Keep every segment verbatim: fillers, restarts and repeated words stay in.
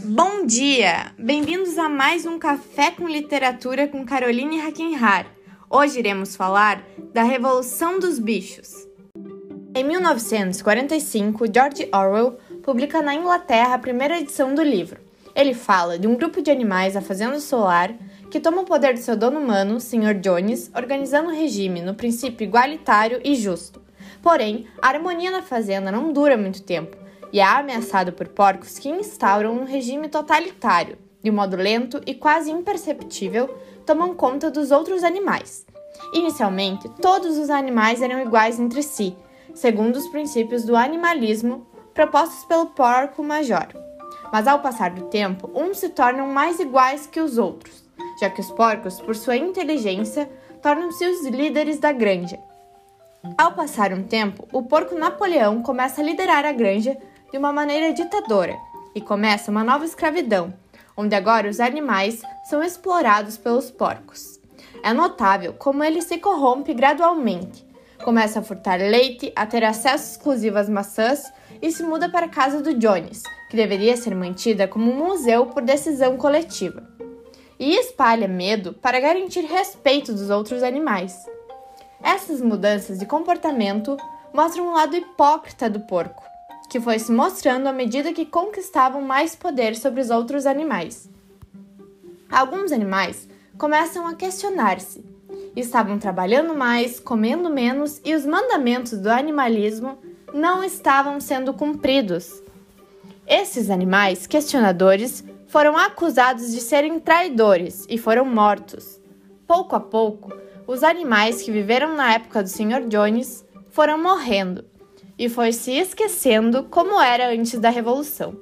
Bom dia! Bem-vindos a mais um Café com Literatura com Caroline Hackenhar. Hoje iremos falar da Revolução dos Bichos. Em mil novecentos e quarenta e cinco, George Orwell publica na Inglaterra a primeira edição do livro. Ele fala de um grupo de animais, a Fazenda Solar, que toma o poder do seu dono humano, senhor Jones, organizando o regime no princípio igualitário e justo. Porém, a harmonia na fazenda não dura muito tempo e é ameaçado por porcos que instauram um regime totalitário, de modo lento e quase imperceptível, tomam conta dos outros animais. Inicialmente, todos os animais eram iguais entre si, segundo os princípios do animalismo propostos pelo porco major. Mas ao passar do tempo, uns se tornam mais iguais que os outros, já que os porcos, por sua inteligência, tornam-se os líderes da granja. Ao passar um tempo, o porco Napoleão começa a liderar a granja de uma maneira ditadora e começa uma nova escravidão, onde agora os animais são explorados pelos porcos. É notável como ele se corrompe gradualmente. Começa a furtar leite, a ter acesso exclusivo às maçãs e se muda para a casa do Jones, que deveria ser mantida como um museu por decisão coletiva. E espalha medo para garantir respeito dos outros animais. Essas mudanças de comportamento mostram um lado hipócrita do porco, que foi se mostrando à medida que conquistavam mais poder sobre os outros animais. Alguns animais começam a questionar-se. Estavam trabalhando mais, comendo menos e os mandamentos do animalismo não estavam sendo cumpridos. Esses animais questionadores foram acusados de serem traidores e foram mortos. Pouco a pouco, os animais que viveram na época do senhor Jones foram morrendo e foi se esquecendo como era antes da Revolução.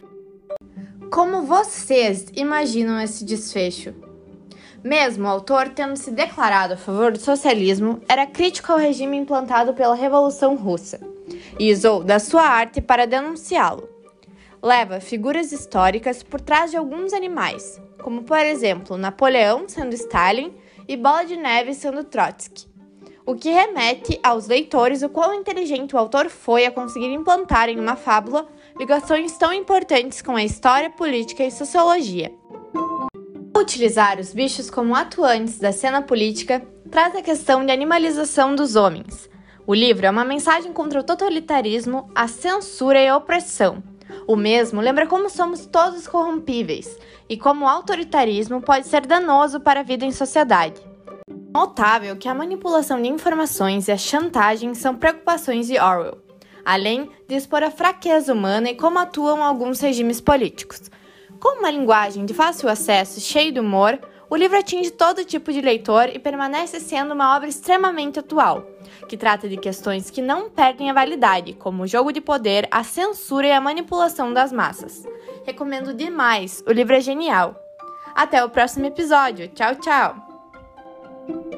Como vocês imaginam esse desfecho? Mesmo o autor tendo se declarado a favor do socialismo, era crítico ao regime implantado pela Revolução Russa e usou da sua arte para denunciá-lo. Leva figuras históricas por trás de alguns animais, como por exemplo Napoleão sendo Stalin e Bola de Neve sendo Trotsky, o que remete aos leitores o quão inteligente o autor foi a conseguir implantar em uma fábula ligações tão importantes com a história, política e sociologia. Utilizar os bichos como atuantes da cena política traz a questão de animalização dos homens. O livro é uma mensagem contra o totalitarismo, a censura e a opressão. O mesmo lembra como somos todos corrompíveis e como o autoritarismo pode ser danoso para a vida em sociedade. É notável que a manipulação de informações e a chantagem são preocupações de Orwell, além de expor a fraqueza humana e como atuam alguns regimes políticos. Com uma linguagem de fácil acesso e cheio de humor, o livro atinge todo tipo de leitor e permanece sendo uma obra extremamente atual, que trata de questões que não perdem a validade, como o jogo de poder, a censura e a manipulação das massas. Recomendo demais, o livro é genial. Até o próximo episódio. Tchau, tchau!